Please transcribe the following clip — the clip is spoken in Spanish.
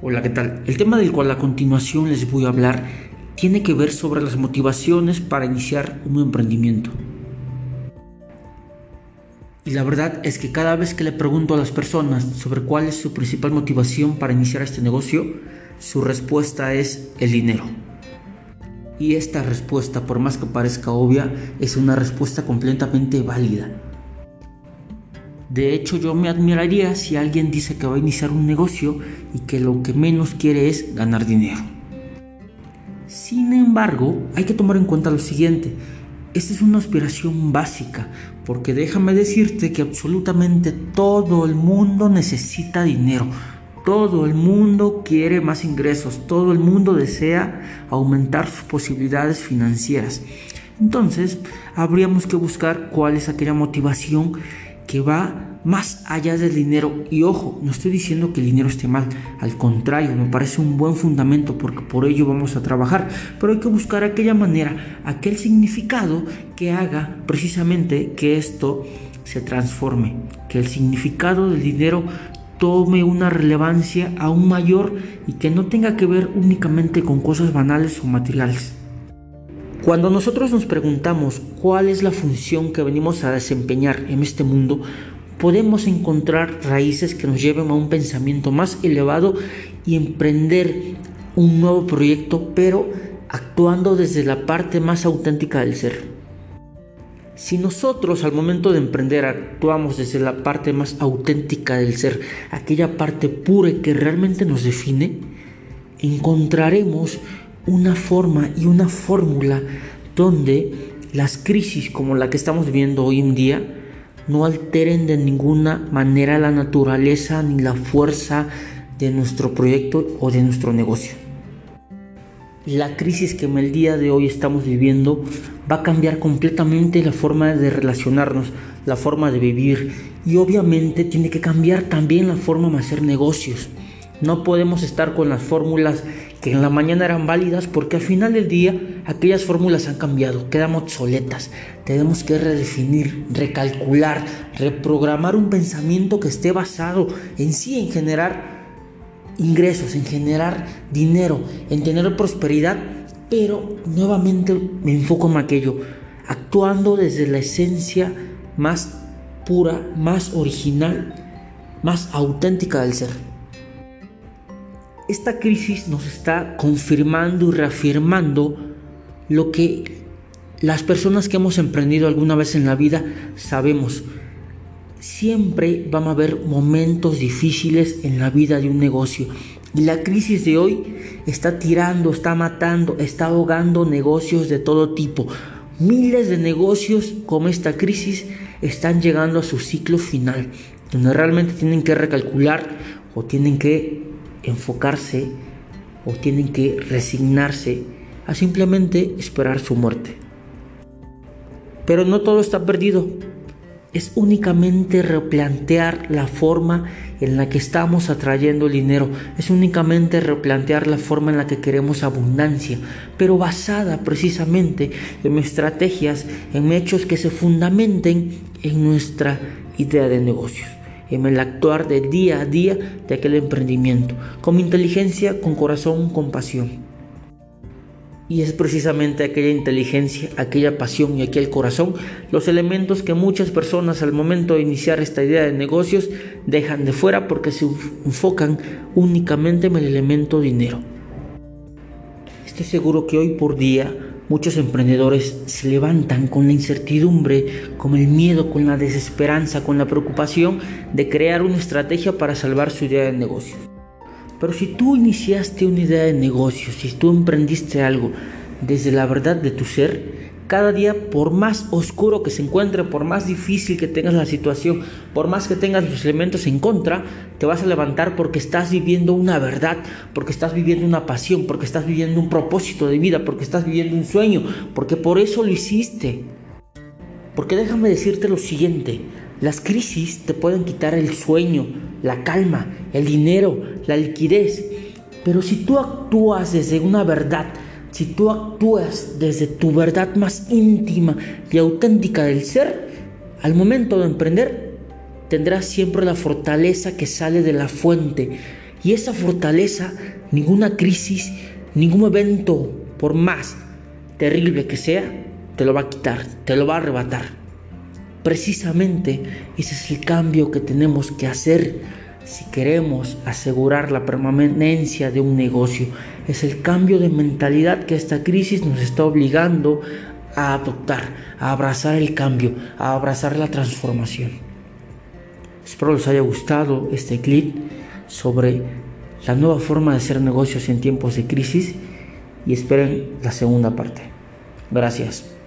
Hola, ¿qué tal? El tema del cual a continuación les voy a hablar tiene que ver sobre las motivaciones para iniciar un emprendimiento. Y la verdad es que cada vez que le pregunto a las personas sobre cuál es su principal motivación para iniciar este negocio, su respuesta es el dinero. Y esta respuesta, por más que parezca obvia, es una respuesta completamente válida. De hecho, yo me admiraría si alguien dice que va a iniciar un negocio y que lo que menos quiere es ganar dinero. Sin embargo, hay que tomar en cuenta lo siguiente. Esta es una aspiración básica, porque déjame decirte que absolutamente todo el mundo necesita dinero. Todo el mundo quiere más ingresos, todo el mundo desea aumentar sus posibilidades financieras. Entonces, habríamos que buscar cuál es aquella motivación que va más allá del dinero. Y ojo, no estoy diciendo que el dinero esté mal, al contrario, me parece un buen fundamento porque por ello vamos a trabajar, pero hay que buscar aquella manera, aquel significado que haga precisamente que esto se transforme, que el significado del dinero tome una relevancia aún mayor y que no tenga que ver únicamente con cosas banales o materiales. Cuando nosotros nos preguntamos cuál es la función que venimos a desempeñar en este mundo, podemos encontrar raíces que nos lleven a un pensamiento más elevado y emprender un nuevo proyecto, pero actuando desde la parte más auténtica del ser. Si nosotros al momento de emprender actuamos desde la parte más auténtica del ser, aquella parte pura que realmente nos define, encontraremos una forma y una fórmula donde las crisis como la que estamos viviendo hoy en día no alteren de ninguna manera la naturaleza ni la fuerza de nuestro proyecto o de nuestro negocio. La crisis que en el día de hoy estamos viviendo va a cambiar completamente la forma de relacionarnos, la forma de vivir, y obviamente tiene que cambiar también la forma de hacer negocios. No podemos estar con las fórmulas que en la mañana eran válidas, porque al final del día aquellas fórmulas han cambiado, quedan obsoletas. Tenemos que redefinir, recalcular, reprogramar un pensamiento que esté basado en sí, en generar ingresos, en generar dinero, en tener prosperidad, pero nuevamente me enfoco en aquello, actuando desde la esencia más pura, más original, más auténtica del ser. Esta crisis nos está confirmando y reafirmando lo que las personas que hemos emprendido alguna vez en la vida sabemos. Siempre van a haber momentos difíciles en la vida de un negocio. Y la crisis de hoy está tirando, está matando, está ahogando negocios de todo tipo. Miles de negocios como esta crisis están llegando a su ciclo final, donde realmente tienen que recalcular o tienen que enfocarse o tienen que resignarse a simplemente esperar su muerte. Pero no todo está perdido. Es únicamente replantear la forma en la que estamos atrayendo el dinero. Es únicamente replantear la forma en la que queremos abundancia, pero basada precisamente en estrategias, en hechos que se fundamenten en nuestra idea de negocios, en el actuar del día a día de aquel emprendimiento, con inteligencia, con corazón, con pasión. Y es precisamente aquella inteligencia, aquella pasión y aquel corazón los elementos que muchas personas al momento de iniciar esta idea de negocios dejan de fuera porque se enfocan únicamente en el elemento dinero. Estoy seguro que hoy por día muchos emprendedores se levantan con la incertidumbre, con el miedo, con la desesperanza, con la preocupación de crear una estrategia para salvar su idea de negocios. Pero si tú iniciaste una idea de negocio, si tú emprendiste algo desde la verdad de tu ser, cada día, por más oscuro que se encuentre, por más difícil que tengas la situación, por más que tengas los elementos en contra, te vas a levantar porque estás viviendo una verdad, porque estás viviendo una pasión, porque estás viviendo un propósito de vida, porque estás viviendo un sueño, porque por eso lo hiciste. Porque déjame decirte lo siguiente: las crisis te pueden quitar el sueño, la calma, el dinero, la liquidez. Pero si tú actúas desde una verdad, si tú actúas desde tu verdad más íntima y auténtica del ser, al momento de emprender tendrás siempre la fortaleza que sale de la fuente, Y esa fortaleza, ninguna crisis, ningún evento, por más terrible que sea, te lo va a quitar, te lo va a arrebatar. Precisamente ese es el cambio que tenemos que hacer si queremos asegurar la permanencia de un negocio. Es el cambio de mentalidad que esta crisis nos está obligando a adoptar, a abrazar el cambio, a abrazar la transformación. Espero les haya gustado este clip sobre la nueva forma de hacer negocios en tiempos de crisis y esperen la segunda parte. Gracias.